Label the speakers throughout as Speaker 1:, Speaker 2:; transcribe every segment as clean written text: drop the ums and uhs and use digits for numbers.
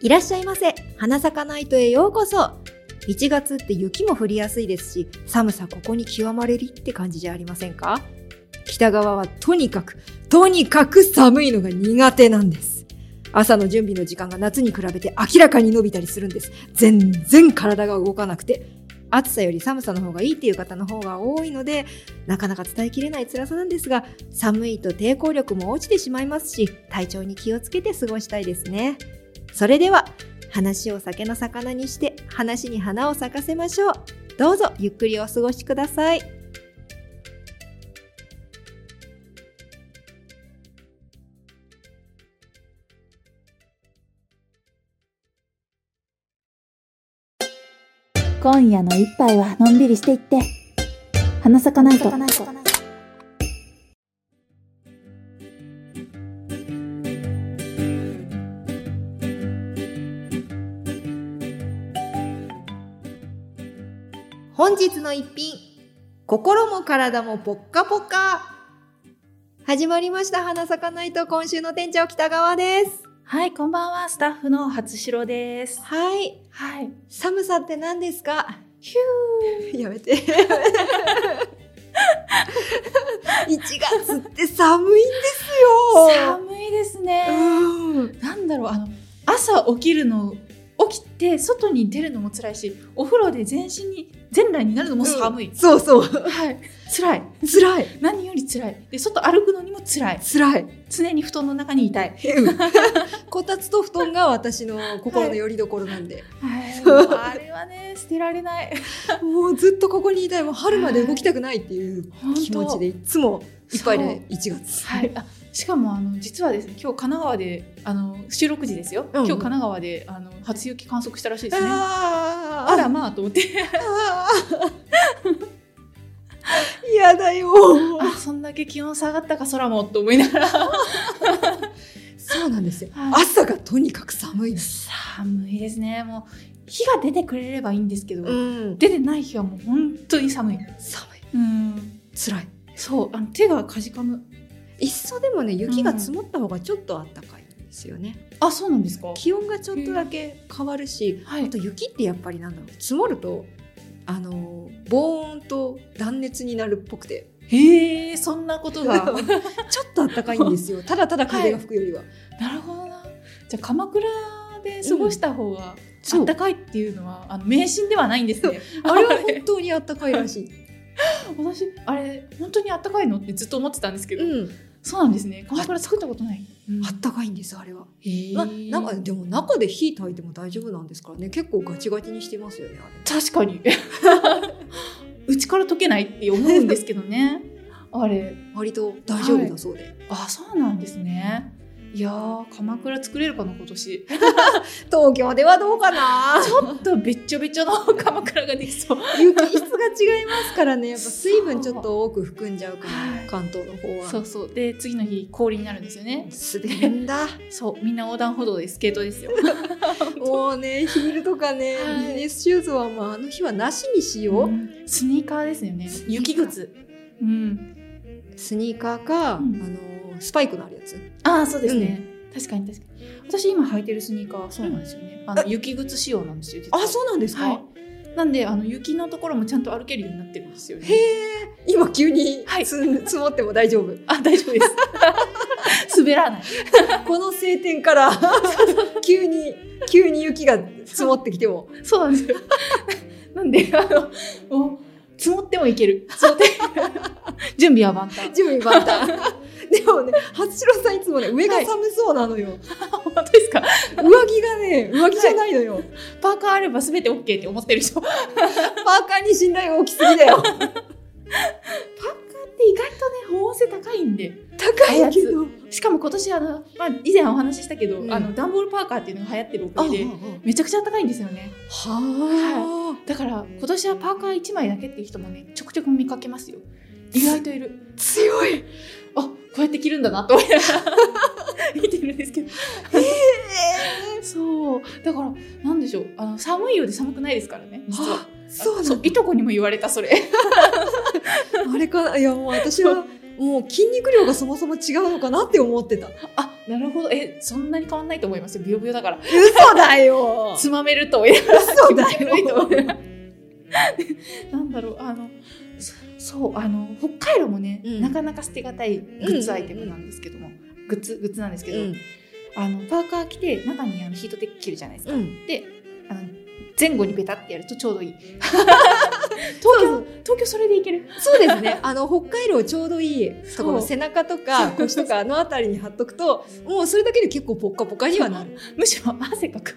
Speaker 1: いらっしゃいませ。花咲かナイトへようこそ。1月って雪も降りやすいですし、寒さここに極まれりって感じじゃありませんか？北側はとにかく寒いのが苦手なんです。朝の準備の時間が夏に比べて明らかに伸びたりするんです。全然体が動かなくて。暑さより寒さの方がいいっていう方の方が多いので、なかなか伝えきれない辛さなんですが、寒いと抵抗力も落ちてしまいますし、体調に気をつけて過ごしたいですね。それでは、話を酒の魚にして話に花を咲かせましょう。どうぞゆっくりお過ごしください。
Speaker 2: 今夜の一杯はのんびりしていって。花咲かないと。
Speaker 1: 本日の一品、心も体もポッカポカ。始まりました。花咲かないと。今週の店長北川です。
Speaker 2: はい、こんばんは。スタッフの初城です。
Speaker 1: はい。
Speaker 2: はい。
Speaker 1: 寒さって何ですか？
Speaker 2: ヒュー。
Speaker 1: やめて。1月って寒いんですよ。
Speaker 2: 寒いですね。なんだろう、朝起きて外に出るのも辛いし、お風呂で全裸になるのも寒い。
Speaker 1: そうそう。
Speaker 2: はい。辛い。何より辛い。で、外歩くのにも辛い。常に布団の中にいたい。
Speaker 1: こたつと布団が私の心の拠り所なんで。
Speaker 2: あれはね、捨てられない。
Speaker 1: もうずっとここにいたい。もう春まで動きたくないっていう気持ちでいつもいっぱいで1月。
Speaker 2: はい。しかも実はですね、今日神奈川で収録時ですよ。今日神奈川で初雪観測したらしいですね。あらまあと思って。
Speaker 1: 嫌だよ。
Speaker 2: そんだけ気温下がったか空もと思いながら。
Speaker 1: そうなんですよ。朝がとにかく寒いです。
Speaker 2: 寒いですね。もう日が出てくれればいいんですけど、出てない日はもう本当に寒い。辛い。そう、手がかじかむ。
Speaker 1: いっそでもね、雪が積もった方がちょっとあったかいんですよね。
Speaker 2: あ、そうなんですか。
Speaker 1: 気温がちょっとだけ変わるし、あと雪ってやっぱり積もると防音と断熱になるっぽくて。
Speaker 2: へえ、そんなことが
Speaker 1: ちょっとあったかいんですよ。ただただ風が吹くよりは。
Speaker 2: なるほどな。じゃあ鎌倉で過ごした方があったかいっていうのは迷信ではないんですね。
Speaker 1: あれは本当にあったかいらしい。
Speaker 2: 私あれ本当にあったかいのってずっと思ってたんですけど、そうなんですね。鎌倉作ったことない。
Speaker 1: あったかいんです、あれは。なんかでも中で火焚いても大丈夫なんですからね。結構ガチガチにしてますよね、あれ。
Speaker 2: 確かに。うちから溶けないって思うんですけどね。あれ
Speaker 1: 割と大丈夫だそうで。
Speaker 2: そうなんですね。いやー、鎌倉作れるかな今年。
Speaker 1: 東京ではどうかな。
Speaker 2: ちょっとべっちょべちょの鎌倉ができそう。
Speaker 1: 雪質が違いますからね。やっぱ水分ちょっと多く含んじゃうから、関東の方は。
Speaker 2: そうで、次の日氷になるんですよね。
Speaker 1: 滑るんだ。
Speaker 2: そう、みんな横断歩道でスケートですよ。
Speaker 1: もうね、ヒールとかね、ビジネスシューズはもうあの日はなしにしよう。
Speaker 2: スニーカーですよね。雪靴。
Speaker 1: スニーカーか、スパイクのあるやつ。
Speaker 2: そうですね。確かに。私今履いてるスニーカーそうなんですよね。雪靴仕様なんですよ。
Speaker 1: そうなんですか。
Speaker 2: なんで雪のところもちゃんと歩けるようになってるんですよね。
Speaker 1: へえ。今急に積もっても大丈夫。
Speaker 2: 大丈夫です。滑らない。
Speaker 1: この晴天から急に雪が積もってきても。
Speaker 2: そうなんですよ。なんでもう積もってもいける。準備は万端。
Speaker 1: でもね、初城さんいつもね、上が寒そうなのよ。
Speaker 2: 本当ですか。
Speaker 1: 上着がね、上着じゃないのよ。
Speaker 2: パーカーあれば全て OK って思ってるでしょ。
Speaker 1: パーカーに信頼が大きすぎだよ。
Speaker 2: パーカーって意外とね、保温性高いんで。
Speaker 1: 高いけど。
Speaker 2: しかも今年以前お話ししたけど、段ボールパーカーっていうのが流行ってるおかげで、めちゃくちゃ高いんですよね。だから今年はパーカー1枚だけっていう人もね、ちょくちょく見かけますよ。意外といる。
Speaker 1: 強い。
Speaker 2: こうやって着るんだなと思いながら見てるんですけど。そう。だからなんでしょう。寒いようで寒くないですからね。実は。そう。いとこにも言われたそれ。
Speaker 1: あれかな。いやもう私はもう筋肉量がそもそも違うのかなって思ってた。
Speaker 2: あ、なるほど。そんなに変わんないと思いますよ。ビヨビヨだから。
Speaker 1: 嘘だよ
Speaker 2: つまめると思いながら
Speaker 1: 嘘だよ
Speaker 2: 気持ち悪いと思いながらなんだろう、そう、北海道もね、なかなか捨てがたいグッズアイテムなんですけども、グッズなんですけど、パーカー着て中にヒートテック着るじゃないですか。で、前後にベタってやるとちょうどいい。東京それでいける。
Speaker 1: そうですね。北海道ちょうどいいところ、背中とか腰とかあたりに貼っとくと、もうそれだけで結構ポッカポカにはなる。
Speaker 2: むしろ汗かく。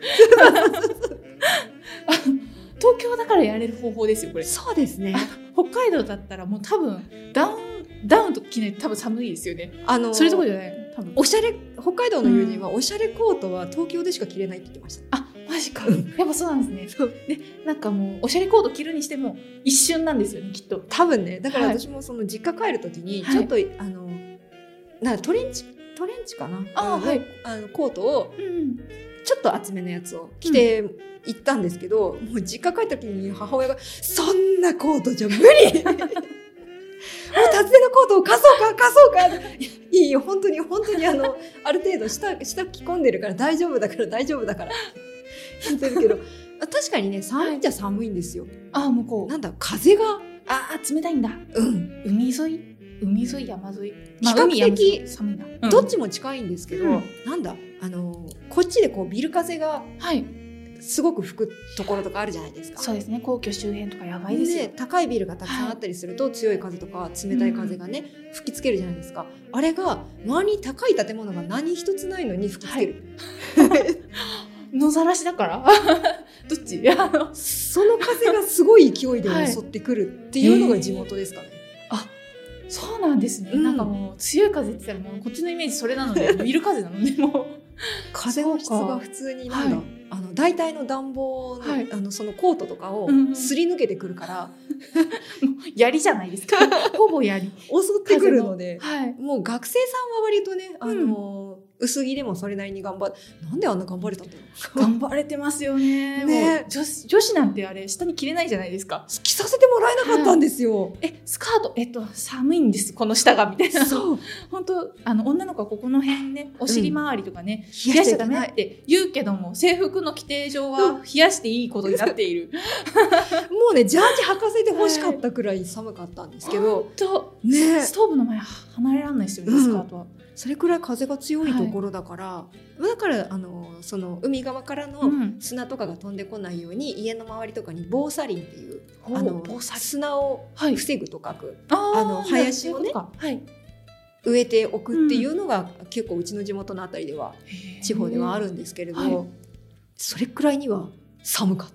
Speaker 2: 東京だからやれる方法ですよ、これ。
Speaker 1: そうですね。
Speaker 2: 北海道だったらもう多分ダウンと着ないと多分寒いですよね。それどころじゃない。多分
Speaker 1: おしゃれ、北海道の友人はおしゃれコートは東京でしか着れないって言ってました。
Speaker 2: あ、マジか。やっぱそうなんですね。で、なんかもうおしゃれコート着るにしても一瞬なんですよね、きっと。
Speaker 1: 多分ね。だから私もその実家帰るときにちょっと、なんかトレンチかな。コートをちょっと厚めのやつを着て行ったんですけど、もう実家帰った時に母親がそんなコートじゃ無理。もう厚手のコートを貸そうか。いいよ、本当にある程度下着込んでるから大丈夫だから言ってるけど、確かにね、寒いっちゃ寒いんですよ。
Speaker 2: 向こう
Speaker 1: なんだ、風が
Speaker 2: 冷たいんだ。海沿い山沿い、
Speaker 1: 比較的
Speaker 2: 寒いな。
Speaker 1: どっちも近いんですけど、なんだ、こっちでこうビル風がすごく吹くところとかあるじゃないですか。
Speaker 2: そうですね。皇居周辺とかやばいですよ。
Speaker 1: で、高いビルがたくさんあったりすると、強い風とか冷たい風がね、吹きつけるじゃないですか。あれが周りに高い建物が何一つないのに吹きつける。
Speaker 2: 野ざらしだからどっち
Speaker 1: その風がすごい勢いで襲ってくるっていうのが地元ですかね。
Speaker 2: そうなんですね。なんかもう強い風って言ったらもうこっちのイメージそれなので、ビル風なので、もう
Speaker 1: 風の質が普通になんだ、大体の暖房の、そのコートとかをすり抜けてくるから、
Speaker 2: 槍じゃないですか。ほぼ槍。
Speaker 1: 襲ってくるので、もう学生さんは割とね、薄着でもそれなりに頑張って、なんであんな頑張れたんだろう。
Speaker 2: 頑張れてますよね。もう女子なんてあれ下に着れないじゃないですか。
Speaker 1: 着させてもらえなかったんですよ。
Speaker 2: スカート寒いんですこの下がみたいな。そう。本当女の子はここの辺ね、お尻周りとかね、冷やしちゃダメって言うけども、制服の規定上は冷やしていいことになっている。
Speaker 1: もうね、ジャージ履かせて欲しかったくらい寒かったんですけど、
Speaker 2: ね、ストーブの前離れられないですよね、スカートは。
Speaker 1: それくらい風が強いところだから、だからその海側からの砂とかが飛んでこないように、家の周りとかに防砂林っていう砂を防ぐと書く林をね、植えておくっていうのが結構うちの地元のあたりでは地方ではあるんですけれど、それくらいには寒かった。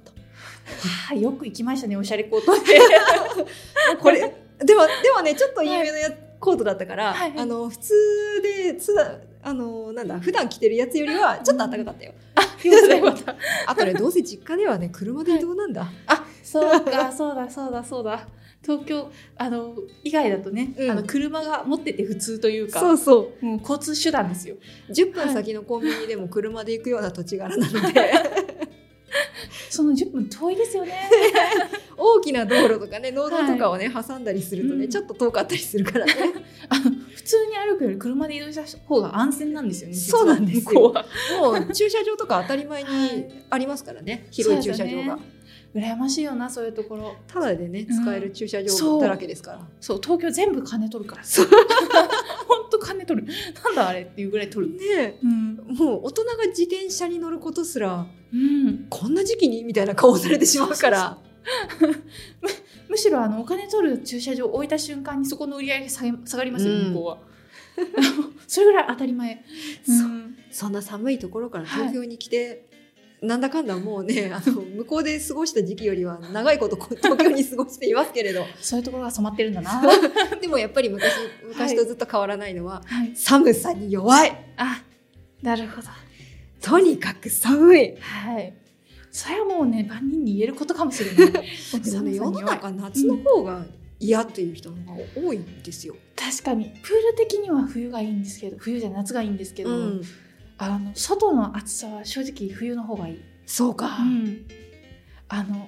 Speaker 2: よく行きましたね、おしゃれコートで。
Speaker 1: これではね、ちょっと有名なコートだったから、普通でなんだ、普段着てるやつよりはちょっと暖かかったよ。あとね、どうせ実家ではね、車で移動なんだ。
Speaker 2: そうか、そうだ。東京以外だとね、車が持ってて普通というか、もう交通手段ですよ。
Speaker 1: 10分先のコンビニでも車で行くような土地柄なので。
Speaker 2: その10分遠いですよね。
Speaker 1: 大きな道路とかね、農道とかをね、挟んだりするとね、ちょっと遠かったりするからね。
Speaker 2: 普通に歩くより車で移動した方が安全なんですよね。
Speaker 1: そうなんですよ。もう駐車場とか当たり前にありますからね、広い駐車場が。
Speaker 2: 羨ましいよな、そういうところ。
Speaker 1: ただでね、使える駐車場だらけですから。
Speaker 2: そう、東京全部金取るから。本当金取る。なんだあれっていうぐらい取る。
Speaker 1: ね、もう大人が自転車に乗ることすら、こんな時期にみたいな顔をされてしまうから。
Speaker 2: むしろお金取る駐車場を置いた瞬間にそこの売り上げ下がりますよ、向こうは。それぐらい当たり前。
Speaker 1: そんな寒いところから東京に来て、なんだかんだもうね、向こうで過ごした時期よりは長いこと東京に過ごしていますけれど、
Speaker 2: そういうところが染まってるんだな。
Speaker 1: でもやっぱり昔とずっと変わらないのは、寒さに弱い。
Speaker 2: なるほど。
Speaker 1: とにかく寒い。
Speaker 2: それはもうね、万人に言えることかもしれない。
Speaker 1: でもね、世の中夏の方が嫌っていう人の方が多いんですよ。
Speaker 2: 確かにプール的には冬がいいんですけど、冬じゃ夏がいいんですけど、外の暑さは正直冬の方がいい。
Speaker 1: そうか。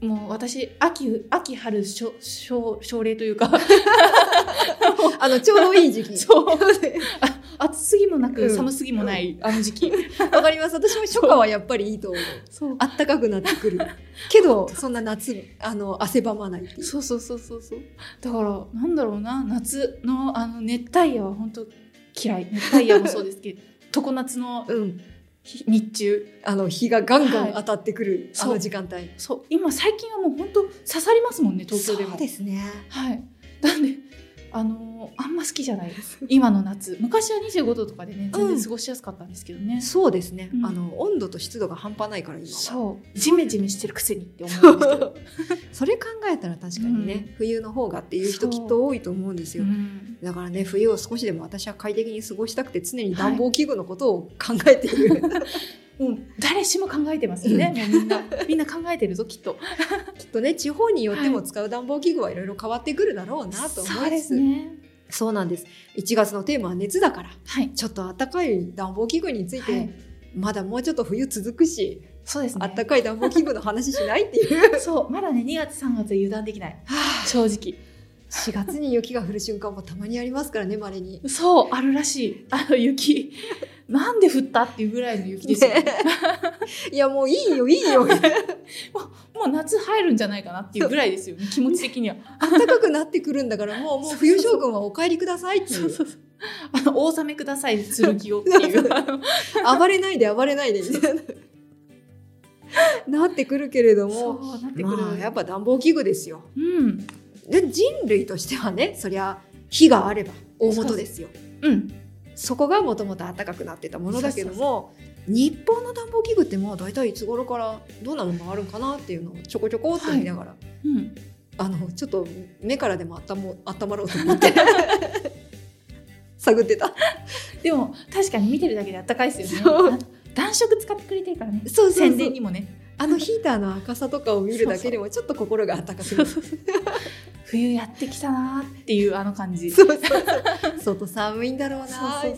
Speaker 2: もう私秋春奨励というか
Speaker 1: ちょうどいい時期。
Speaker 2: そう暑すぎもなく寒すぎもないあの時期。
Speaker 1: わかります。私も初夏はやっぱりいいと思う。
Speaker 2: そう
Speaker 1: あったかくなってくるけどそんな夏汗ばまないっていう。
Speaker 2: そうだからなんだろうな、夏の熱帯夜は本当嫌い。熱帯夜もそうですけど常夏の日中、
Speaker 1: 日がガンガン当たってくる、
Speaker 2: はい、
Speaker 1: あの時間帯。
Speaker 2: そう今最近はもう本当刺さりますもんね、東京でも。
Speaker 1: そうですね。
Speaker 2: はい。なんであんま好きじゃないです今の夏。昔は25度とかでね全然過ごしやすかったんですけどね。
Speaker 1: そうですね、温度と湿度が半端ないから今は。
Speaker 2: そうジメジメしてるくせにって思うんですけど
Speaker 1: それ考えたら確かにね、冬の方がっていう人きっと多いと思うんですよ。だからね、冬を少しでも私は快適に過ごしたくて常に暖房器具のことを考えている、
Speaker 2: もう誰しも考えてますよね、もうみんな考えてるぞきっと
Speaker 1: きっとね、地方によっても使う暖房器具はいろいろ変わってくるだろうなと思います。
Speaker 2: そうですね。
Speaker 1: そうなんです。1月のテーマは熱だから、
Speaker 2: はい、
Speaker 1: ちょっと暖かい暖房器具について、はい、まだもうちょっと冬続くし、
Speaker 2: そうですね、
Speaker 1: 暖かい暖房器具の話しないっていう
Speaker 2: そうまだね2月3月で油断できない、正直
Speaker 1: 4月に雪が降る瞬間もたまにありますからね、稀に。
Speaker 2: そうあるらしい。雪なんで降ったっていうぐらいの雪ですよ、ね、
Speaker 1: いやもういいよも
Speaker 2: う夏入るんじゃないかなっていうぐらいですよね、気持ち的には。
Speaker 1: 暖かくなってくるんだからもう冬将軍はお帰りくださいっていう。
Speaker 2: お納めください剣をっていう
Speaker 1: 暴れないでみたいななってくるけれども、やっぱ暖房器具ですよ、で人類としてはね、そりゃ火があれば大元ですよ。そこがもともと暖かくなってたものだけども、日本の暖房器具って大体いつ頃からどんなものがあるんかなっていうのをちょこちょこって見ながら、ちょっと目からでも温まろうと思って探ってた。
Speaker 2: でも確かに見てるだけで暖かいですよね。暖色使ってくれてるからね。宣伝にもね、
Speaker 1: ヒーターの赤さとかを見るだけでもちょっと心が温かくなる。
Speaker 2: 冬やってきたなっていう感じ。
Speaker 1: 外寒いんだろうなって。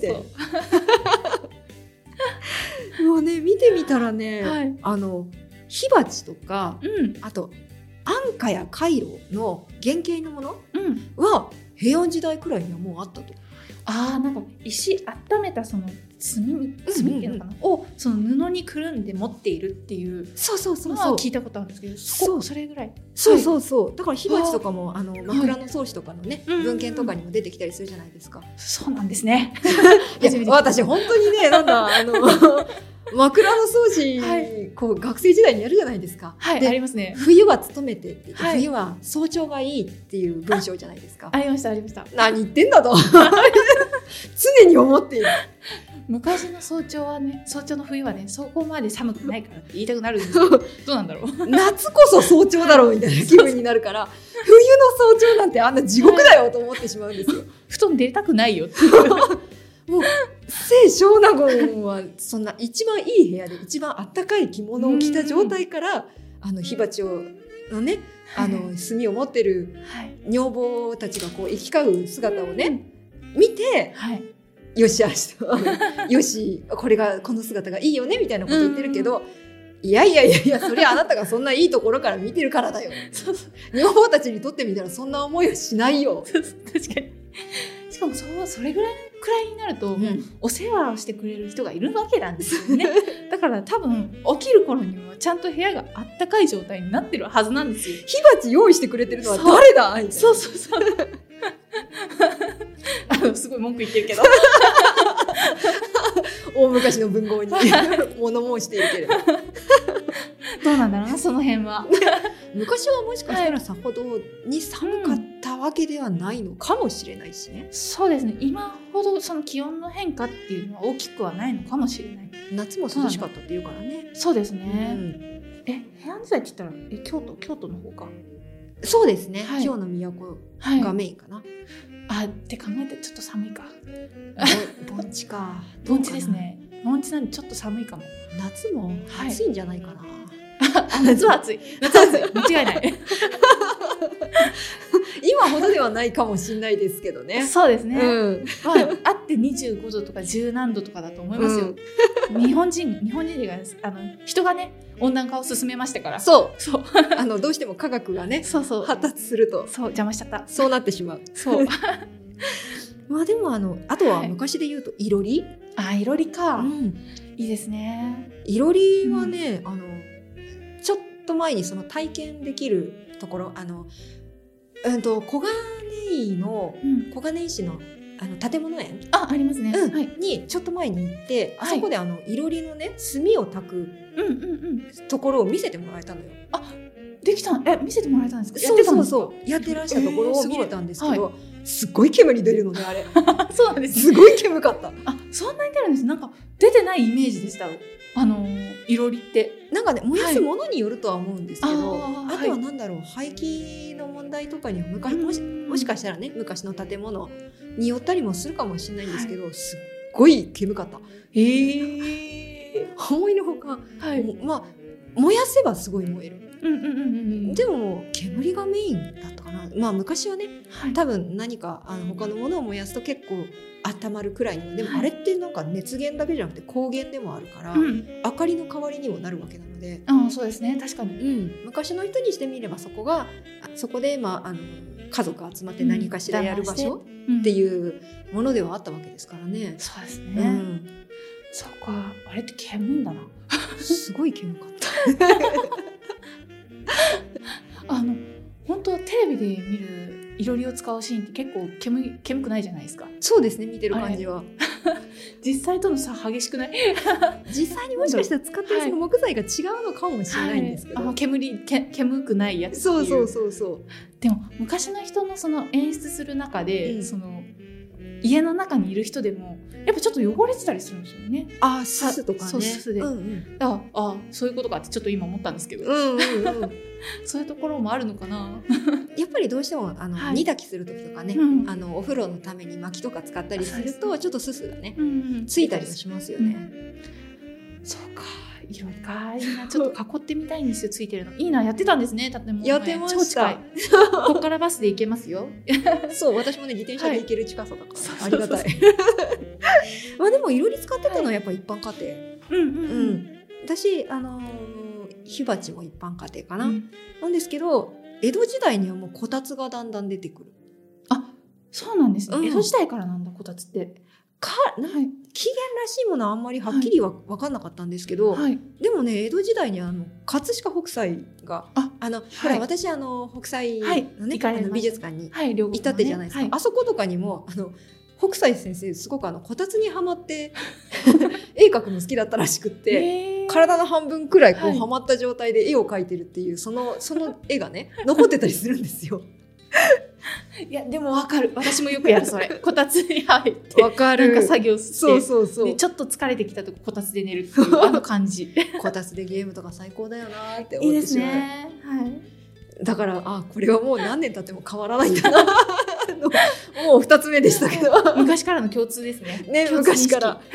Speaker 1: もうね、見てみたらね、火鉢とか、あと安価やカイロの原型のものは平安時代くらいにはもうあったと。
Speaker 2: なんか石温めたその炭っていうのかな、をその布にくるんで持っているっていうのは聞いたことあるんですけど、それぐらい。
Speaker 1: だから火鉢とかも枕草子とかのね、文献とかにも出てきたりするじゃないですか。
Speaker 2: そうなんですね。
Speaker 1: 私本当にね、枕草子、こう学生時代にやるじゃないですか。
Speaker 2: ありますね。
Speaker 1: 冬は勤めてって言って、冬は早朝がいいっていう文章じゃないですか。
Speaker 2: ありました。
Speaker 1: 何言ってんだと常に思っている。
Speaker 2: 昔の早朝の冬はね、そこまで寒くないからって言いたくなるんですけど、どうなんだろう。
Speaker 1: 夏こそ早朝だろうみたいな気分になるから冬の早朝なんてあんな地獄だよと思ってしまうんですよ。
Speaker 2: 布団出たくないよっていう
Speaker 1: もう清少納言はそんな一番いい部屋で一番あったかい着物を着た状態から火鉢のね、炭を持ってる女房たちがこう行き交う姿をね、見て、よしよしこの姿がいいよねみたいなこと言ってるけど、いやそれはあなたがそんないいところから見てるからだよ。女房たちにとってみたらそんな思いはしないよ。
Speaker 2: 確かに。しかもそれぐらいくらいになると、お世話をしてくれる人がいるわけなんですよね。だから多分起きる頃にはちゃんと部屋があったかい状態になってるはずなんですよ。
Speaker 1: 火鉢用意してくれてるのは誰だ。
Speaker 2: そうすごい文句言ってるけど
Speaker 1: 大昔の文豪に物申しているけれど
Speaker 2: どうなんだろうな、その辺は。
Speaker 1: 昔はもしかしたらさほどに寒かったわけではないのかもしれないしね。
Speaker 2: そうですね、今ほどその気温の変化っていうのは大きくはないのかもしれない。
Speaker 1: 夏も涼しかったっていうからね。
Speaker 2: そうですね、平安時代って言ったら京都の方か。
Speaker 1: そうですね、京の都がメインかな。
Speaker 2: って考えたらちょっと寒いか。
Speaker 1: 盆地か。
Speaker 2: 盆地ですね。盆地なんでちょっと寒いかも。
Speaker 1: 夏も暑いんじゃないかな。
Speaker 2: 夏は暑い。間違いない。
Speaker 1: 今ほどではないかもしれないですけどね。
Speaker 2: そうですね。あって25度とか10何度とかだと思いますよ。 日本人が人がね温暖化を進めましたから。
Speaker 1: そうどうしても科学がね発達すると
Speaker 2: 邪魔しちゃった。
Speaker 1: そうなってしまう。そうまあでもあとは昔で言うといろり。
Speaker 2: いろりか、いいですね。
Speaker 1: いろりはね、ちょっと前にその体験できるところ小金井市の建物園
Speaker 2: ありますね、
Speaker 1: にちょっと前に行って、あそこでいろりのね炭を焚くところを見せてもらえたのよ。
Speaker 2: できた見せてもらえたんですか？
Speaker 1: そうやってらしたところを見れたんですけど、すごい煙出るのねあれ。
Speaker 2: そうなんです。
Speaker 1: すごい煙かった。
Speaker 2: そんなに出るんです。なんか出てないイメージでした。いろりって
Speaker 1: なんかね燃やすものによるとは思うんですけど、あとはなんだろう、廃棄の問題とかにはもしかしたらね昔の建物によったりもするかもしれないんですけど、すっごい煙かった。思いのほか、まあ燃やせばすごい燃える。でも煙がメインだったかな。まあ昔はね、多分何か他のものを燃やすと結構温まるくらいの。でもあれってなんか熱源だけじゃなくて光源でもあるから、明かりの代わりにもなるわけなので。
Speaker 2: そうですね、確かに、
Speaker 1: 昔の人にしてみればそこで家族集まって何かしらやる場所っていうものではあったわけですからね。
Speaker 2: そうですね、そうか、あれって煙んだな。
Speaker 1: すごい煙かった
Speaker 2: 本当テレビで見るいろりを使うシーンって結構煙くないじゃないですか。
Speaker 1: そうですね、見てる感じは
Speaker 2: 実際との差激しくない？
Speaker 1: 実際にもしかしたら使ってるその木材が違うのかもしれないんですけど、
Speaker 2: 煙くないやつっていう。
Speaker 1: そう
Speaker 2: でも昔の人のその演出する中で、その家の中にいる人でもやっぱちょっと汚れてたりするんですよね。
Speaker 1: すすとかね。
Speaker 2: そう、すすで、そういうことかってちょっと今思ったんですけど、そういうところもあるのかな。
Speaker 1: やっぱりどうしても煮炊きする時とかね、お風呂のために薪とか使ったりするとちょっとすすがね、ついたりはしますよね。
Speaker 2: そうか、いろりか、いいな、ちょっと囲ってみたいんですよ。ついてるのいいな。やってたんですね。建物
Speaker 1: やってました。
Speaker 2: 超近い。ここからバスで行けますよ。
Speaker 1: そう、私もね自転車で行ける近さだからありがたい。まあでもいろり使ってたのはやっぱ一般家庭。私火鉢も一般家庭かな。なんですけど江戸時代にはもうこたつがだんだん出てくる。
Speaker 2: そうなんですね。江戸時代からなんだ、こたつって。
Speaker 1: 起源らしいものはあんまりはっきりは分かんなかったんですけど、でもね江戸時代に葛飾北斎がほら私北斎のね美術館に行ったってじゃないですか。あそことかにも北斎先生すごくこたつにはまって絵描くの好きだったらしくって、体の半分くらいこうはまった状態で絵を描いてるっていうその絵がね残ってたりするんですよ。
Speaker 2: いやでも分かる、私もよくやるそれ。こたつに入って
Speaker 1: 分かる、
Speaker 2: なんか作業して、
Speaker 1: そう
Speaker 2: でちょっと疲れてきたとここたつで寝るっていう感じ。
Speaker 1: こたつでゲームとか最高だよなって思ってしまう。
Speaker 2: いいですね、
Speaker 1: だからこれはもう何年経っても変わらないんだな。もう2つ目でしたけど、
Speaker 2: 昔からの共通ですね。
Speaker 1: 昔から。だ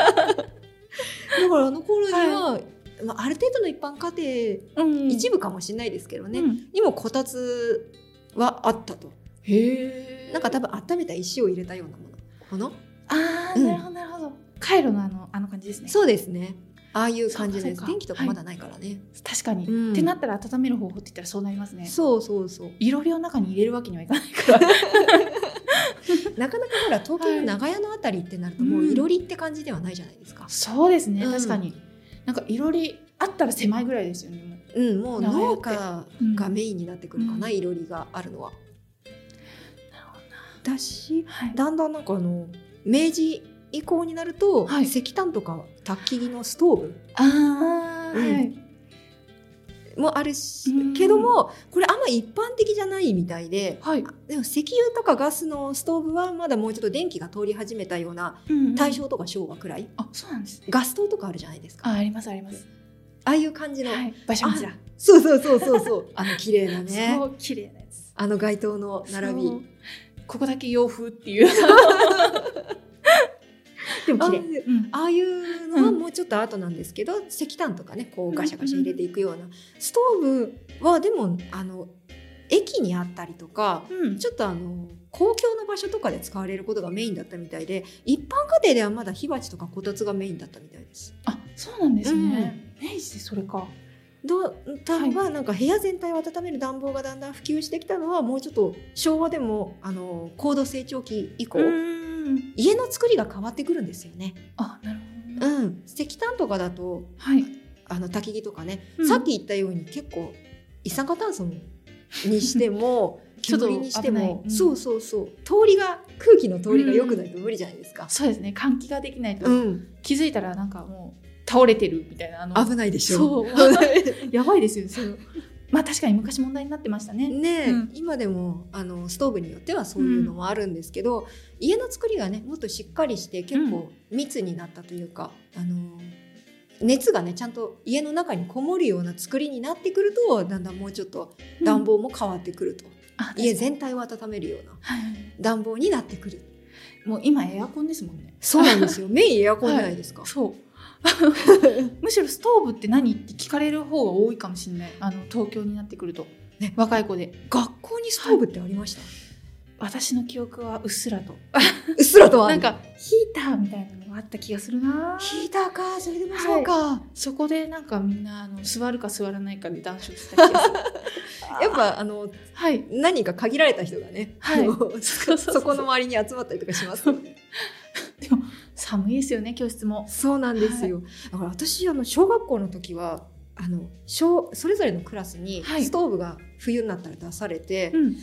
Speaker 1: から頃には、ある程度の一般家庭、一部かもしれないですけどね、にもこたつはあったと。なんか多分温めた石を入れたようなもの。
Speaker 2: なるほどなるほど。カイロのあの感じですね。
Speaker 1: そうですね。ああいう感じです。電気とかまだないからね。
Speaker 2: 確かに。ってなったら温める方法って言ったらそうなりますね。
Speaker 1: そう。
Speaker 2: いろりを中に入れるわけにはいかないから。
Speaker 1: なかなかほら東京の長屋のあたりってなるともういろりって感じではないじゃないですか。
Speaker 2: そうですね、確かに。なんかいろりあったら狭いぐらいですよね。
Speaker 1: もう農家がメインになってくるかな、いろりがあるのは。だし、だんだんなんか明治以降になると、石炭とか焚き木のストーブもあるし、けどもこれあんま一般的じゃないみたいで、でも石油とかガスのストーブはまだもうちょっと電気が通り始めたような、大正とか昭和くらい。
Speaker 2: そうなんです。
Speaker 1: ガス灯とかあるじゃないですか。
Speaker 2: ありますあります。
Speaker 1: ああいう感じの
Speaker 2: 場所だ。
Speaker 1: そう綺麗なね。
Speaker 2: そう綺麗なやつ。
Speaker 1: 街灯の並び。
Speaker 2: ここだけ洋風っていう。でも綺麗。
Speaker 1: ああいうのはもうちょっと後なんですけど、石炭とかねこうガシャガシャ入れていくようなストーブはでも駅にあったりとか、
Speaker 2: うん
Speaker 1: ちょっと公共の場所とかで使われることがメインだったみたいで、一般家庭ではまだ火鉢とかこたつがメインだったみたいです。
Speaker 2: あ、そうなんですね。明治でそれか。
Speaker 1: なんか部屋全体を温める暖房がだんだん普及してきたのはもうちょっと昭和でも高度成長期以降、家の作りが変わってくるんですよね。
Speaker 2: あ、なるほど、ね。
Speaker 1: 石炭とかだと、
Speaker 2: はい
Speaker 1: 焚き木とかね、
Speaker 2: うん
Speaker 1: さっき言ったように結構一酸化炭素にしても
Speaker 2: ちょっと
Speaker 1: 煙にして
Speaker 2: 危ない
Speaker 1: も、そう空気の通りが良くないと無理じゃないですか。
Speaker 2: そうですね。換気ができないと、
Speaker 1: うん
Speaker 2: 気づいたらなんかもう倒れてるみたいな
Speaker 1: 危ないでしょ。
Speaker 2: そうやばいですよ。そうまあ確かに昔問題になってましたね。
Speaker 1: ねえ、
Speaker 2: うん
Speaker 1: 今でもストーブによってはそういうのもあるんですけど、家の作りがねもっとしっかりして結構密になったというか、熱がねちゃんと家の中にこもるような作りになってくると、だんだんもうちょっと暖房も変わってくると、
Speaker 2: あ
Speaker 1: 家全体を温めるような
Speaker 2: はい、
Speaker 1: 暖房になってくる。
Speaker 2: もう今エアコンですもんね。
Speaker 1: そうなんですよ。メインエアコンじゃないですか。
Speaker 2: そうむしろストーブって何って聞かれる方が多いかもしれない。東京になってくると、
Speaker 1: ね、
Speaker 2: 若い子で
Speaker 1: 学校にストーブってありました？
Speaker 2: 私の記憶はうっすらと
Speaker 1: うっすらとは
Speaker 2: なんかヒーターみたいなのがあった気がするな。
Speaker 1: ヒーターか、それでもそうか、
Speaker 2: そこでなんかみんな座るか座らないかで談笑した気がする
Speaker 1: やっぱ
Speaker 2: はい
Speaker 1: 何人か限られた人がね、
Speaker 2: はい
Speaker 1: そこの周りに集まったりとかしますよね。
Speaker 2: でも寒いですよね、教室も。
Speaker 1: そうなんですよ、だから私小学校の時はそれぞれのクラスに
Speaker 2: はい
Speaker 1: ストーブが冬になったら出されて、
Speaker 2: うん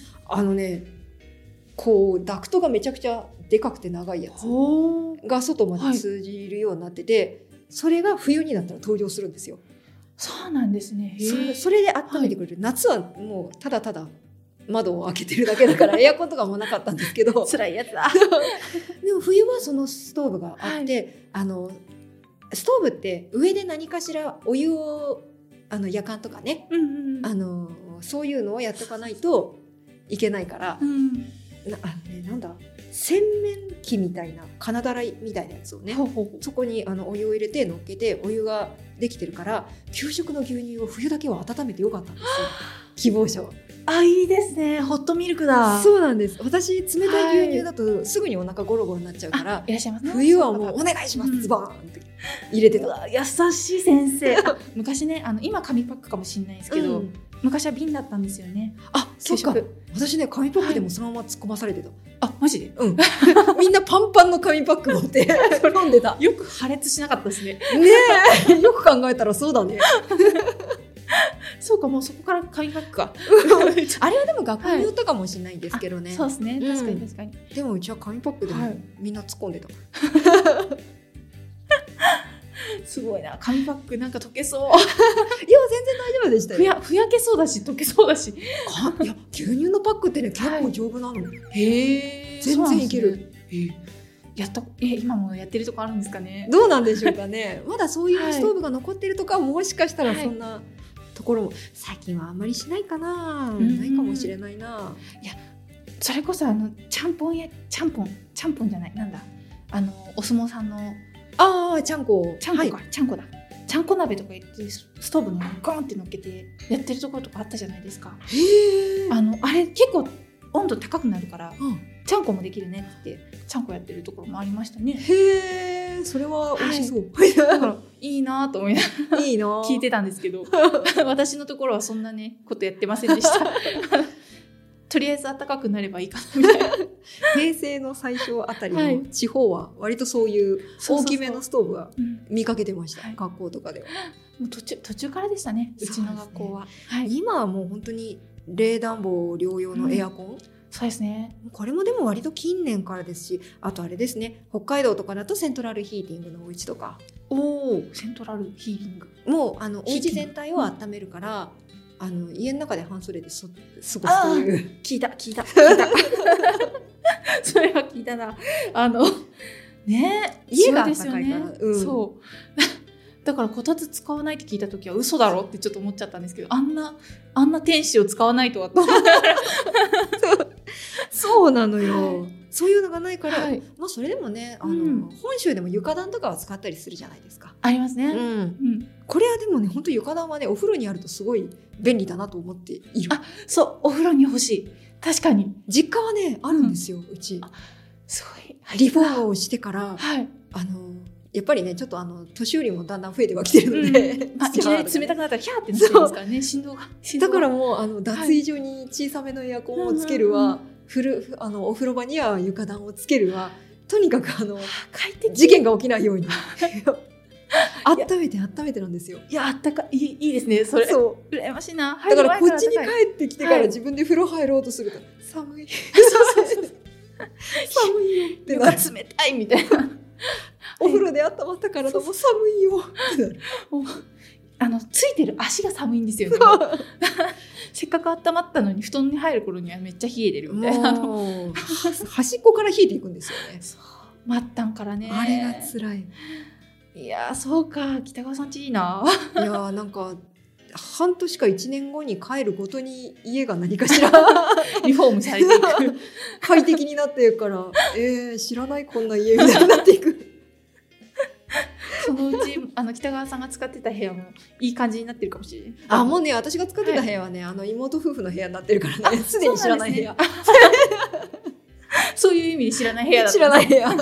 Speaker 1: こうダクトがめちゃくちゃでかくて長いやつ
Speaker 2: ほー
Speaker 1: が外まで通じるようになってて、それが冬になったら登場するんですよ。
Speaker 2: そうなんですね。へー
Speaker 1: それで温めてくれる、夏はもうただただ窓を開けてるだけだからエアコンとかもなかったんですけど
Speaker 2: 辛いやつだ
Speaker 1: でも冬はそのストーブがあって、ストーブって上で何かしらお湯を夜間とかね、
Speaker 2: うんうん
Speaker 1: そういうのをやっておかないといけないから、
Speaker 2: うん
Speaker 1: なんだ洗面器みたいな金だらいみたいなやつをね、
Speaker 2: ほうほうほう
Speaker 1: そこにお湯を入れて乗っけてお湯ができてるから、給食の牛乳を冬だけは温めてよかったんですよ希望者は。
Speaker 2: あ、いいですね。ホットミルクだ。
Speaker 1: そうなんです。私冷たい牛乳だとすぐにお腹ゴロゴロになっちゃうから、
Speaker 2: いらっしゃいますね。
Speaker 1: 冬はもうお願いします、
Speaker 2: うん
Speaker 1: ズバーンって入れてた。
Speaker 2: うわ優しい先生昔ね今紙パックかもしれないですけど、昔は瓶だったんですよね。
Speaker 1: あ、そっか
Speaker 2: 給食。
Speaker 1: 私ね紙パックでもそのまま突っ込まされてた、
Speaker 2: あ、マジで
Speaker 1: みんなパンパンの紙パック持って飲んでた。
Speaker 2: よく破裂しなかったですね。
Speaker 1: ねえよく考えたらそうだね
Speaker 2: そうか、もうそこから紙パックか
Speaker 1: あれはでも学校によったかもしれないんですけどね、
Speaker 2: そうですね、確かに確かに、
Speaker 1: でもうちは紙パックでも
Speaker 2: はい
Speaker 1: みんな突っ込んでた、
Speaker 2: すごいな。紙パックなんか溶けそう
Speaker 1: いや全然大丈夫でしたよ。
Speaker 2: ふやけそうだし溶けそうだし。
Speaker 1: いや牛乳のパックってね結構丈夫なの、
Speaker 2: へえ。
Speaker 1: 全然いける。
Speaker 2: 今もやってるとこあるんですかね。
Speaker 1: どうなんでしょうかねまだそういうストーブが残ってるとか、もしかしたらそんなところも最近はあんまりしないかな、ないかもしれないな。
Speaker 2: それこそちゃんぽんじゃない、なんだお相撲さんの
Speaker 1: ああちゃんこ
Speaker 2: ちゃんこか、ちゃんこだ。ちゃんこ鍋とか言ってストーブにゴンって乗っけてやってるところとかあったじゃないですか。
Speaker 1: へえ、
Speaker 2: あれ結構温度高くなるから
Speaker 1: うん、
Speaker 2: ちゃんこもできるねって言ってちゃんこやってるところもありましたね。
Speaker 1: へえそれは美味しそう、
Speaker 2: だからいいなと思いながら
Speaker 1: いいな
Speaker 2: 聞いてたんですけど私のところはそんなねことやってませんでしたとりあえず暖かくなればいいかなみたいな。
Speaker 1: 平成の最初あたり
Speaker 2: はい
Speaker 1: の地方は割とそういう大きめのストーブは
Speaker 2: うん
Speaker 1: 見かけてました、
Speaker 2: はい
Speaker 1: 学校とかでは。
Speaker 2: もう途中からでしたね、うちの学校は。はい、
Speaker 1: 今はもう本当に冷暖房両用のエアコン、
Speaker 2: そうですね。
Speaker 1: これもでも割と近年からですし、あとあれですね、北海道とかだとセントラルヒーティングのお家とか
Speaker 2: おお、セントラルヒーリング。
Speaker 1: もうお家全体を温めるから、家の中で半袖で過ごすという。
Speaker 2: 聞いたそれは聞いたな。ね、
Speaker 1: 家が
Speaker 2: そうですよね
Speaker 1: 暖かいから、うん
Speaker 2: そうだからこたつ使わないって聞いた時は嘘だろってちょっと思っちゃったんですけど、あんな天使を使わないとはと
Speaker 1: そうなのよ、そういうのがないから、
Speaker 2: はい、
Speaker 1: まあそれでもね
Speaker 2: うん
Speaker 1: 本州でも床暖とかは使ったりするじゃないですか。
Speaker 2: ありますね。
Speaker 1: うんこれはでもね本当床暖はねお風呂にあるとすごい便利だなと思っている。
Speaker 2: あ、そうお風呂に欲しい。確かに
Speaker 1: 実家はねあるんですよ、うち。
Speaker 2: すごい
Speaker 1: リフォームをしてから
Speaker 2: はい、
Speaker 1: やっぱりねちょっと年寄りもだんだん増えてはきてるので、
Speaker 2: まあ、いきなり冷たくなったらヒャーってなっちゃいますからね、振動が。
Speaker 1: だからもう脱衣所に小さめのエアコンをつけるわ、お風呂場には床暖をつけるわ、とにかく
Speaker 2: 快適。
Speaker 1: 事件が起きないように温めてなんですよ。
Speaker 2: いや、あったかいいですね。それ
Speaker 1: そう
Speaker 2: 羨ましいな。
Speaker 1: だからこっちに帰ってきてから
Speaker 2: はい
Speaker 1: 自分で風呂入ろうとすると、寒い
Speaker 2: そうそうそう
Speaker 1: 寒いよってなる。
Speaker 2: 床冷たいみたいな。
Speaker 1: お風呂で温まった体も寒いよってなる。
Speaker 2: もうついてる足が寒いんですよね。せっかく温まったのに布団に入る頃にはめっちゃ冷えてるみたいな。
Speaker 1: もう端っこから冷えていくんですよね。
Speaker 2: そう末端からね。
Speaker 1: あれが辛い。
Speaker 2: いやそうか、北川さんちいいな。
Speaker 1: いやなんか半年か1年後に帰るごとに家が何かしら
Speaker 2: リフォームされていく。
Speaker 1: 快適になっていくから知らないこんな家みたいになっていく。
Speaker 2: そのうち北川さんが使ってた部屋もいい感じになってるかもしれない。
Speaker 1: あ、もうね私が使ってた部屋はね、妹夫婦の部屋になってるからね、すでに知らない部屋。
Speaker 2: そういう意味で知らない部屋だった。
Speaker 1: 知らない部屋。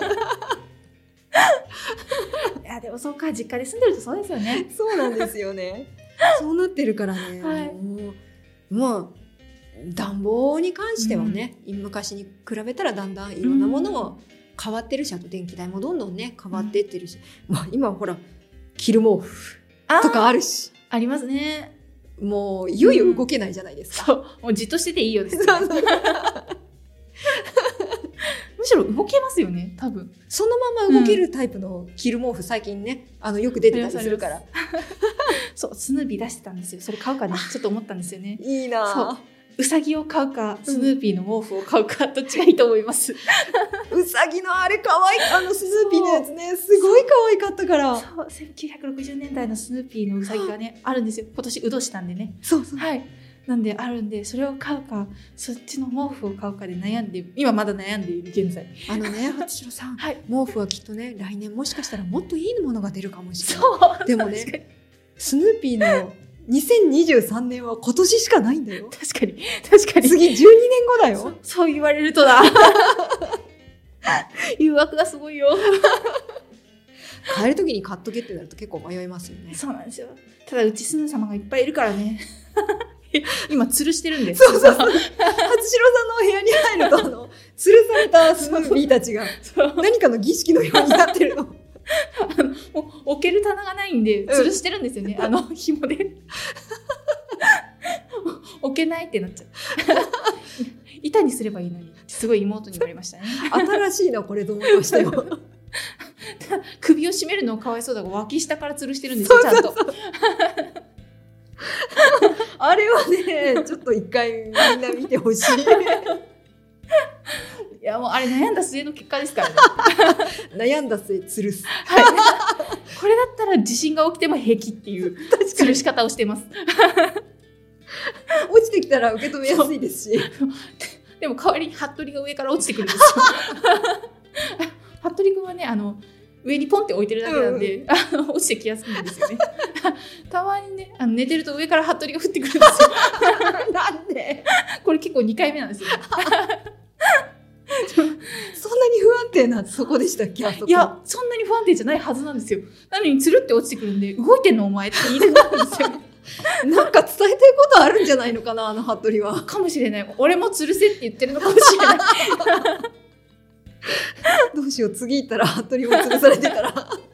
Speaker 2: いやでもそうか、実家で住んでるとそうですよね。
Speaker 1: そうなんですよね。そうなってるからね、
Speaker 2: はい
Speaker 1: もう暖房に関してはね、昔に比べたらだんだんいろんなものも変わってるし、あと電気代もどんどんね変わっていってるし、まあ、今はほら着る毛布とかあるし、
Speaker 2: ありますね。
Speaker 1: もういよいよ動けないじゃないですか。
Speaker 2: そう、もうじっとしてていいよです、ね。
Speaker 1: そうそう
Speaker 2: むしろ動けますよね、多分。
Speaker 1: そのまま動けるタイプの着る毛布、最近ねよく出てたりするから。
Speaker 2: そう、スヌーピー出してたんですよ。それ買うかなちょっと思ったんですよね。
Speaker 1: いいな。
Speaker 2: そう、うさぎを買うかスヌーピーの毛布を買うか、どっちがいいと思います？
Speaker 1: うさぎのあれ可愛い、スヌーピーのやつねすごい可愛かったから。
Speaker 2: そう、1960年代のスヌーピーのうさぎがねあるんですよ。今年うどしたんでね。
Speaker 1: そうそう、
Speaker 2: はい、なんであるんで、それを買うかそっちの毛布を買うかで悩んで、今まだ悩んでいる現在。
Speaker 1: 初城さん、
Speaker 2: はい、
Speaker 1: 毛布はきっとね来年もしかしたらもっといいものが出るかもしれない。
Speaker 2: そう
Speaker 1: でもねスヌーピーの2023年は今年しかないんだよ。
Speaker 2: 確かに確かに。
Speaker 1: 次12年後だよ。
Speaker 2: そう言われるとだ。誘惑がすごいよ。
Speaker 1: 買える時に買っとけってなると結構迷いますよね。
Speaker 2: そうなんですよ。ただうちスヌー様がいっぱいいるからね。今吊るしてるんです。
Speaker 1: そうそうそう。初城さんのお部屋に入ると吊るされたスヌーピーたちが何かの儀式のようになってるの。
Speaker 2: もう置ける棚がないんで吊るしてるんですよね、紐で。置けないってなっちゃう。板にすればいいのにってすごい妹に言われましたね。
Speaker 1: 新しいなこれと思いましたよ。
Speaker 2: 首を絞めるのかわいそうだが脇下から吊るしてるんですよ、ちゃんと。
Speaker 1: あれはねちょっと一回みんな見てほしい。
Speaker 2: いやもうあれ悩んだ末の結果ですからね。
Speaker 1: 悩んだ末吊るす、
Speaker 2: はい、これだったら地震が起きても平気っていう吊るし方をしてます。
Speaker 1: 落ちてきたら受け止めやすいですし。
Speaker 2: でも代わりに服部が上から落ちてくるんですよ。服部君はね上にポンって置いてるだけなんで、落ちてきやすいんですよね。たまにね寝てると上から服部が降ってくるんですよ。
Speaker 1: なんで
Speaker 2: これ結構2回目なんですよ、ね。
Speaker 1: そんなに不安定なそこでしたっけ？あそこ。
Speaker 2: いやそんなに不安定じゃないはずなんですよ。なのにつるって落ちてくるんで、動いてんのお前って言いたくなるんですよ。
Speaker 1: なんか伝えたいことあるんじゃないのかな、服部は。
Speaker 2: かもしれない。俺もつるせって言ってるのかもしれない。
Speaker 1: どうしよう、次行ったら服部も吊るされてたら。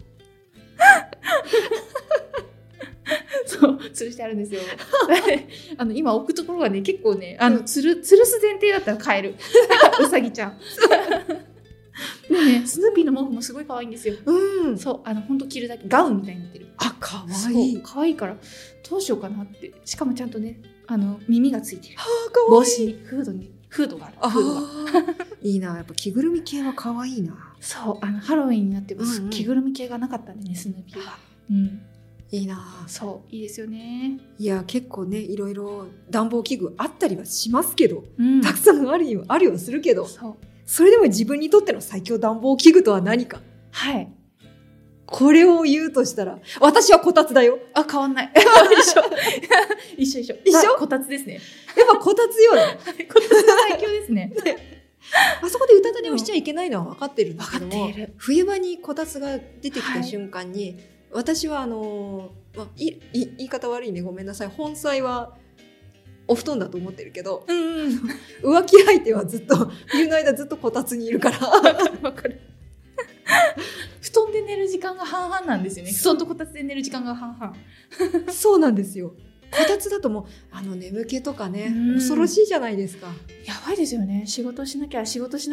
Speaker 2: そう、吊るしてあるんですよ。今置くところがね結構ね吊るす前提だったら買える。うさぎちゃん。でね、スヌーピーの毛布もすごい可愛いんですよ。
Speaker 1: うん。
Speaker 2: そう、本当着るだけガウンみたいになってる。
Speaker 1: あ、可愛い。
Speaker 2: 可愛いからどうしようかなって。しかもちゃんとね耳がついてる。
Speaker 1: はあ、可愛い。
Speaker 2: 帽子にフードがある。フードが。
Speaker 1: いいな、やっぱ着ぐるみ系は可愛いな。
Speaker 2: そう、ハロウィンになっても、
Speaker 1: うんうん、
Speaker 2: 着ぐるみ系がなかったんでね、スヌーピーは。うん。
Speaker 1: いいな。
Speaker 2: そういいですよね。
Speaker 1: いや結構ねいろいろ暖房器具あったりはしますけど、たく
Speaker 2: そ
Speaker 1: さんありはするけど、
Speaker 2: う
Speaker 1: それでも自分にとっての最強暖房器具とは何か。
Speaker 2: はい。
Speaker 1: これを言うとしたら私はこたつだよ。
Speaker 2: あ、変わんない。一緒。こたつですね。
Speaker 1: やっぱこたつよね。
Speaker 2: こたつ最強ですね。
Speaker 1: あそこでうたた寝をしちゃいけないのは分かってるんだけども、
Speaker 2: 分かっている。
Speaker 1: 冬場にこたつが出てきた瞬間に、私は言い方悪いね、ごめんなさい。本妻はお布団だと思ってるけど、浮気相手はずっと冬の間ずっとこたつにいるから。
Speaker 2: わかる。布団で寝る時間が半々なんですよね。布団とこたつで寝る時間が半々。
Speaker 1: そうなんですよ。こたつだともう眠気とかね、恐ろしいじゃないですか。
Speaker 2: やばいですよね。仕事しなきゃ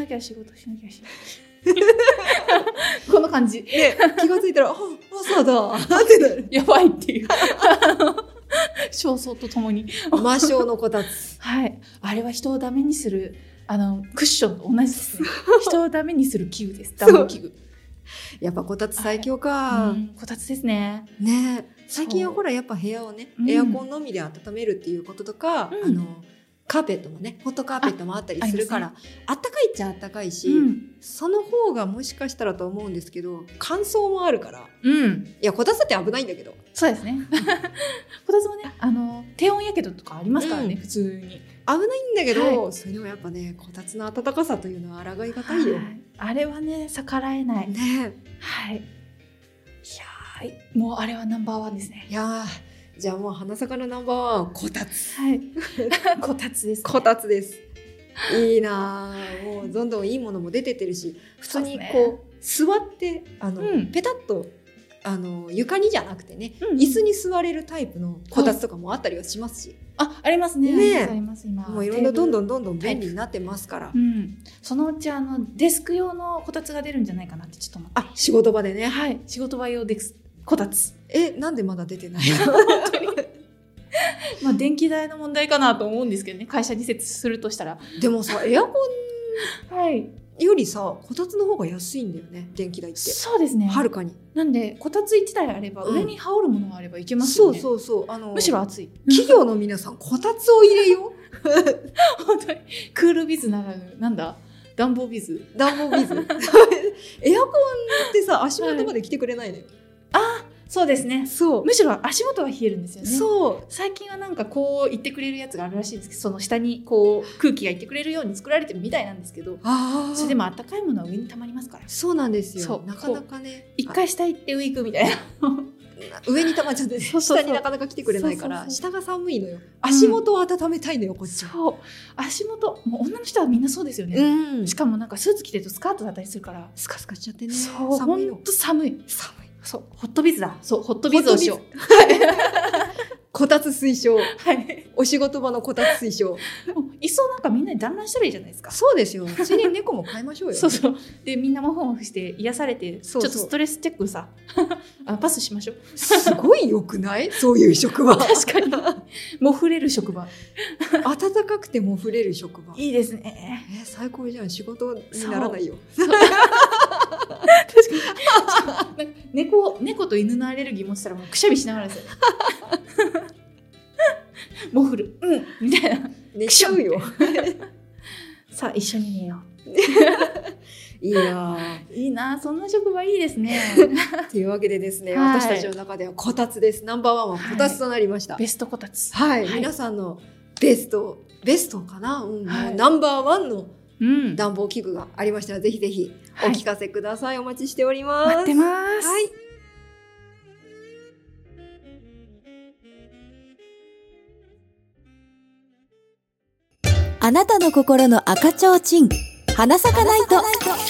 Speaker 2: この感じ、
Speaker 1: ね、気がついたら朝だってなる。
Speaker 2: やばいっていう焦燥とともに
Speaker 1: 魔性のこたつ。
Speaker 2: はい、あれは人をダメにするクッションと同じですね。人をダメにする器具です。暖房器具。
Speaker 1: やっぱこたつ最強か。
Speaker 2: こたつですね。
Speaker 1: ね、最近はほらやっぱ部屋をね、エアコンのみで温めるっていうこととか、カーペットもね、ホットカーペットもあったりするから、あったかいっちゃあったかいし、その方がもしかしたらと思うんですけど、乾燥もあるから、いやこたつだって危ないんだけど。
Speaker 2: そうですね。こたつもね、低温やけどとかありますからね、普通に
Speaker 1: 危ないんだけど、それでもやっぱね、こたつの暖かさというのは抗いがたいよ。
Speaker 2: あれはね、逆らえない
Speaker 1: ね。
Speaker 2: はい。いやもうあれはナンバー1ですね。
Speaker 1: いやじゃあもう花咲かのナンバーワンはこたつ。
Speaker 2: はい。こたつです、ね。
Speaker 1: こたつです。いいな。もうどんどんいいものも出てってるし、普通にこう座ってペタッと床にじゃなくてね、椅子に座れるタイプのこたつとかもあったりはしますし。
Speaker 2: ありますね。あります今。
Speaker 1: もういろんなどんどん便利になってますから。
Speaker 2: そのうちデスク用のこたつが出るんじゃないかなってちょっと思って。
Speaker 1: 仕事場でね。
Speaker 2: はい。仕事場用ですこたつ。
Speaker 1: なんでまだ出てないの？
Speaker 2: 本当に。まあ電気代の問題かなと思うんですけどね。会社に設置するとしたら。
Speaker 1: でもさ、エアコンよりさ、こたつの方が安いんだよね、電気代って。
Speaker 2: そうですね。
Speaker 1: はるかに。
Speaker 2: なんでこたつ1台あれば、上に羽織るものがあればいけますよね。
Speaker 1: そう
Speaker 2: むしろ暑い。
Speaker 1: 企業の皆さんこたつを入れよう。
Speaker 2: 本当にクールビズならぬなんだ、暖房ビズ。エアコン
Speaker 1: ってさ、足元まで来てくれないのよ。
Speaker 2: そうですね。むしろ足元は冷えるんですよね。最近はなんかこう言ってくれるやつがあるらしいんですけど、その下にこう空気がいってくれるように作られてるみたいなんですけど、それでも暖かいものは上に溜まりますから。
Speaker 1: そうなんですよ。なかなかね、
Speaker 2: 一回下行って上行くみたいな。
Speaker 1: 上に溜まっちゃって下になかなか来てくれないから、下が寒いのよ。足元を温めたいのよ、こっち。
Speaker 2: 足元、もう女の人はみんなそうですよね。しかもなんかスーツ着てるとスカートだったりするから
Speaker 1: スカスカしちゃってね。
Speaker 2: ほんと寒い。そう、ホットビズだ。そう、ホットビズをしよう。
Speaker 1: こたつ推奨。
Speaker 2: はい。
Speaker 1: お仕事場のこたつ推奨。
Speaker 2: いっそなんかみんなに団らんしたらいいじゃないですか。
Speaker 1: そうですよ。ついでに猫も飼いましょうよ。
Speaker 2: で、みんなもふもふして癒されて、ちょっとストレスチェックさ、パスしましょう。
Speaker 1: すごい良くない？そういう職場。
Speaker 2: 確かに。もふれる職場。
Speaker 1: 暖かくてもふれる職場。
Speaker 2: いいですね。
Speaker 1: 最高じゃん。仕事にならないよ。
Speaker 2: 確かに。猫と犬のアレルギー持ってたらもうくしゃみしながらですよ。モフル、みたいな。
Speaker 1: 寝ちゃうよ。
Speaker 2: さあ一緒に寝よう。
Speaker 1: いいな。
Speaker 2: いいな、そんな職場いいですね。
Speaker 1: というわけでですね、私たちの中ではこたつです。ナンバーワンはこたつとなりました。
Speaker 2: ベストこたつ。
Speaker 1: 皆さんのベストかな、ナンバーワンの暖房器具がありましたら、ぜひぜひお聞かせください。お待ちしております。
Speaker 2: 待ってます。
Speaker 3: あなたの心の赤ちょうちん、花咲かないと。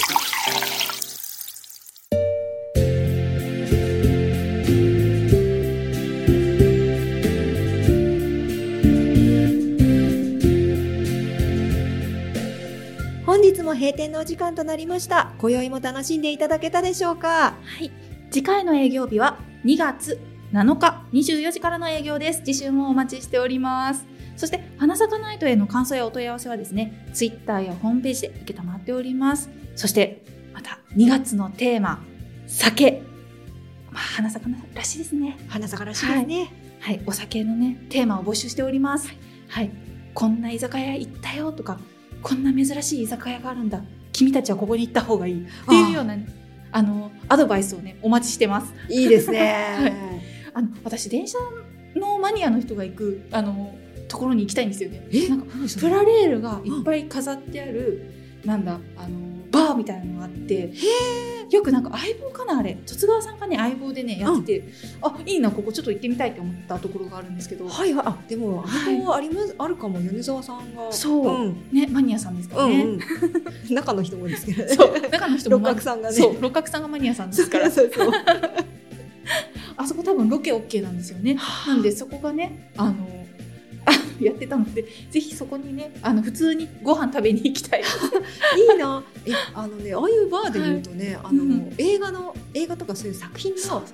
Speaker 1: 本日も閉店のお時間となりました。今宵も楽しんでいただけたでしょうか？
Speaker 2: 次回の営業日は2月7日24時からの営業です。次週もお待ちしております。そして花咲かナイトへの感想やお問い合わせはですね、ツイッターやホームページで受けたまっております。そしてまた2月のテーマ、酒。 花魚らしいですね。
Speaker 1: 花咲からしいですね。
Speaker 2: はい、お酒のねテーマを募集しております。はい、こんな居酒屋行ったよとか、こんな珍しい居酒屋があるんだ、君たちはここに行った方がいいっていうような、ね、アドバイスをねお待ちしてます。
Speaker 1: いいですね。
Speaker 2: 私電車のマニアの人が行くところに行きたいんですよね。なんか
Speaker 1: 何それ
Speaker 2: プラレールがいっぱい飾ってある、なんだバーみたいなのがあって、よくなんか相棒かな、あれ十津川さんがね相棒でねやってて、いいな、ここちょっと行ってみたいって思ったところがあるんですけど、
Speaker 1: はいはい。でも相棒あるかも。米沢さんが
Speaker 2: そうね、マニアさんですからね。
Speaker 1: 中の人もですけどね。
Speaker 2: そう、中の人も
Speaker 1: 六角さんがね。
Speaker 2: そう、六角さんがマニアさんですから。
Speaker 1: そう
Speaker 2: あそこ多分ロケ OK なんですよね。なんでそこがねやってたので、ぜひそこにね普通にご飯食べに行きたい。
Speaker 1: いいな。ああいうバーで言うとね、映画とかそういう作品の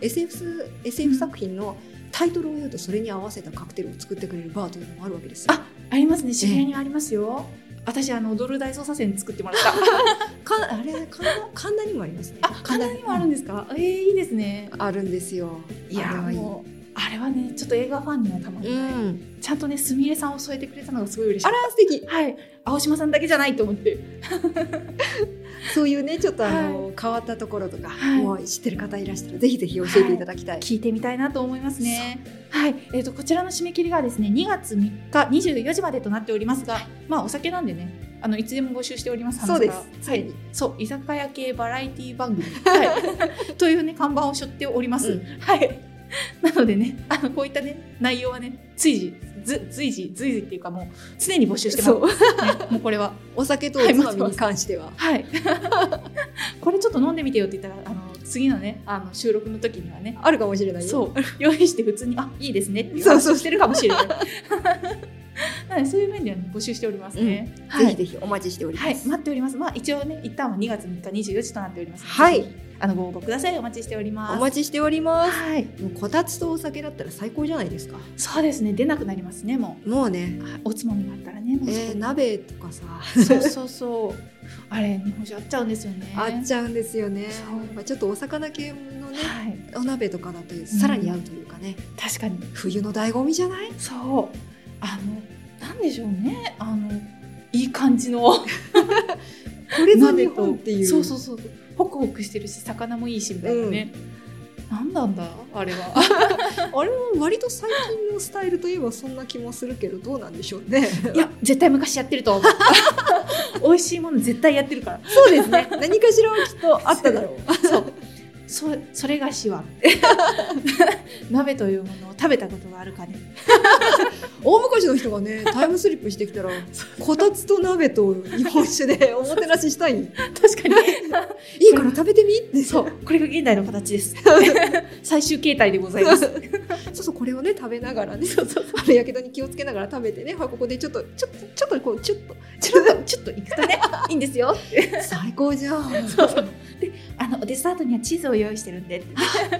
Speaker 1: SF 作品のタイトルを言うとそれに合わせたカクテルを作ってくれるバーというのもあるわけですよ。
Speaker 2: ありますね。渋谷にありますよ。私踊る大捜査線作ってもらった。
Speaker 1: あれ神田にもありますね。
Speaker 2: 神田にもあるんですか。いいですね。
Speaker 1: あるんですよ。
Speaker 2: いやもうあれはねちょっと映画ファンにはたまらない。ちゃんとねすみれさんを添えてくれたのがすごい嬉しい。
Speaker 1: あら素敵。
Speaker 2: はい。青島さんだけじゃないと思って。
Speaker 1: そういうねちょっと変わったところとか、もう知ってる方いらしたらぜひぜひ教えていただきたい。
Speaker 2: 聞いてみたいなと思いますね。はい。こちらの締め切りがですね2月3日24時までとなっておりますが、お酒なんでねいつでも募集しております。
Speaker 1: そうです。
Speaker 2: はい。そう居酒屋系バラエティ番組、というね看板を背負っております。はい。なのでねこういったね内容はね随時っていうかもう常に募集してます。もうこれは
Speaker 1: お酒とおつまみに関しては、
Speaker 2: はい。これちょっと飲んでみてよって言ったら次のね収録の時にはね
Speaker 1: あるかもしれないよ。
Speaker 2: そう用意して普通にいいですねっていう話をしてるかもしれない。なのでそういう面では、ね、募集しておりますね。
Speaker 1: ぜひぜひお待ちしております。
Speaker 2: はい、待っております。一応ね一旦は2月3日24時となっておりますので、
Speaker 1: はい。
Speaker 2: ご応募ください。お待ちしております。
Speaker 1: お待ちしております。
Speaker 2: はい。
Speaker 1: もうこたつとお酒だったら最高じゃないですか。
Speaker 2: そうですね。出なくなりますね。も
Speaker 1: うね。
Speaker 2: おつまみがあったらね。
Speaker 1: 鍋とかさ。
Speaker 2: そう。あれ日本酒合っちゃうんですよね。
Speaker 1: 合っちゃうんですよね。ちょっとお魚系のね、お鍋とかだとさらに合うというかね。
Speaker 2: 確かに。
Speaker 1: 冬の醍醐味じゃない？
Speaker 2: そう。なんでしょうね。いい感じのこ
Speaker 1: れぞ日本っていう。
Speaker 2: そう。ホクホクしてるし魚もいいしみたいなね。なんだあれは。
Speaker 1: あれは割と最近のスタイルといえばそんな気もするけどどうなんでしょうね。
Speaker 2: いや絶対昔やってると思う。美味しいもの絶対やってるから。
Speaker 1: そうですね。何かしらはきっとあっただろう。
Speaker 2: それがしは鍋というものを食べたことがあるかね。
Speaker 1: 大昔の人がねタイムスリップしてきたらこたつと鍋と日本酒でおもてなししたい。
Speaker 2: 確かに。
Speaker 1: いいから食べてみって。
Speaker 2: そうこれが現代の形です。最終形態でございます。
Speaker 1: そうこれをね食べながらね、やけどに気をつけながら食べてね、ここでちょっとこうちょっといくとねいいんですよ。最高じゃん。
Speaker 2: でデザートにはチーズを用意してるんで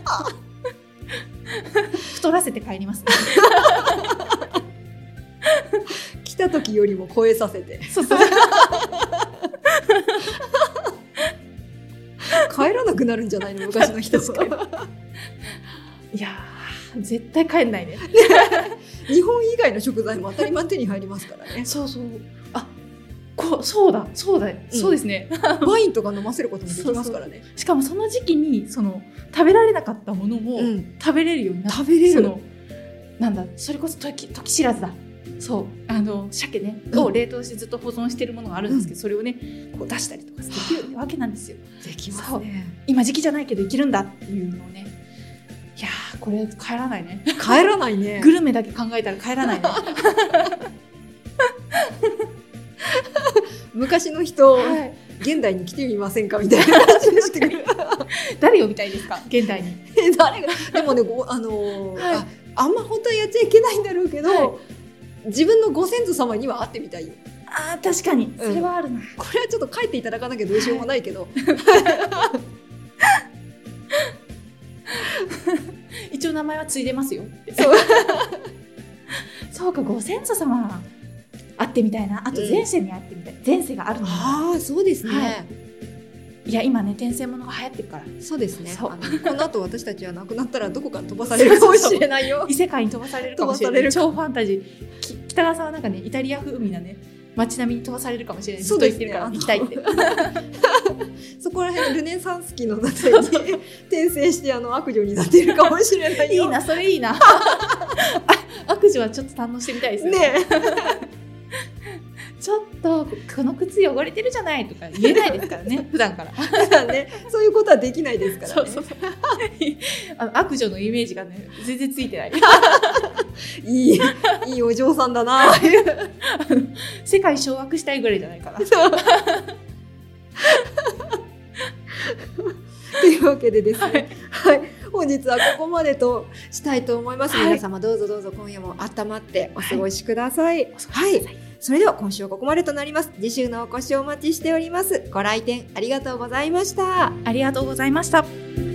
Speaker 2: 太らせて帰ります、ね。
Speaker 1: 来た時よりも超えさせて。そう帰らなくなるんじゃないの昔の人。
Speaker 2: いや絶対帰んないね。
Speaker 1: 日本以外の食材も当たり前手に入りますからね。
Speaker 2: そうですね。
Speaker 1: ワインとか飲ませることもできますからね。
Speaker 2: しかもその時期に食べられなかったものも食べれるようになって、
Speaker 1: 食べれる。
Speaker 2: それこそ時知らずだ。そう鮭ねを冷凍してずっと保存してるものがあるんですけど、それをねこう出したりとかできるわけなんですよ。
Speaker 1: できますね。
Speaker 2: 今時期じゃないけどいけるんだっていうのをね。いやこれ帰らないね。
Speaker 1: 帰らないね。
Speaker 2: グルメだけ考えたら帰らないね。
Speaker 1: 昔の人、現代に来てみませんかみたいな話してくる。
Speaker 2: 誰を見たいですか現代に。
Speaker 1: 誰がでもねあんま本当はやっちゃいけないんだろうけど、自分のご先祖様には会ってみたいよ。
Speaker 2: 確かにそれはあるな。
Speaker 1: これはちょっと帰っていただかなきゃどうしようもないけど。
Speaker 2: 一応名前は継いでますよ。そうかご先祖様会ってみたいな。あと前世に会ってみたい。前世があるの。
Speaker 1: そうですね。
Speaker 2: いや今ね転生ものが流行ってるから
Speaker 1: そうですね。
Speaker 2: そう
Speaker 1: この後私たちは亡くなったらどこか飛ばされるかもしれないよ。
Speaker 2: 異世界に飛ばされるかもしれない。超ファンタジー。北川さんはなんかねイタリア風味なね街並みに飛ばされるかもしれない。
Speaker 1: そうですね。
Speaker 2: ずっと言ってるから行きたいって。
Speaker 1: そこら辺ルネサンス期のだったりに転生して悪女になっているかもしれないよ。
Speaker 2: いいなそれいいな。悪女はちょっと堪能してみたいですね。ちょっとこの靴汚れてるじゃないとか言えないですからね普段から
Speaker 1: 普段ねそういうことはできないですからね。
Speaker 2: そう悪女のイメージがね全然ついてない。
Speaker 1: いいお嬢さんだな。
Speaker 2: 世界掌握したいぐらいじゃないかな。
Speaker 1: というわけでですね、はい本日はここまでとしたいと思います。皆様どうぞ今夜も温まってお過ごしください。はい、それでは今週はここまでとなります。次週のお越しをお待ちしております。ご来店ありがとうございました。
Speaker 2: ありがとうございました。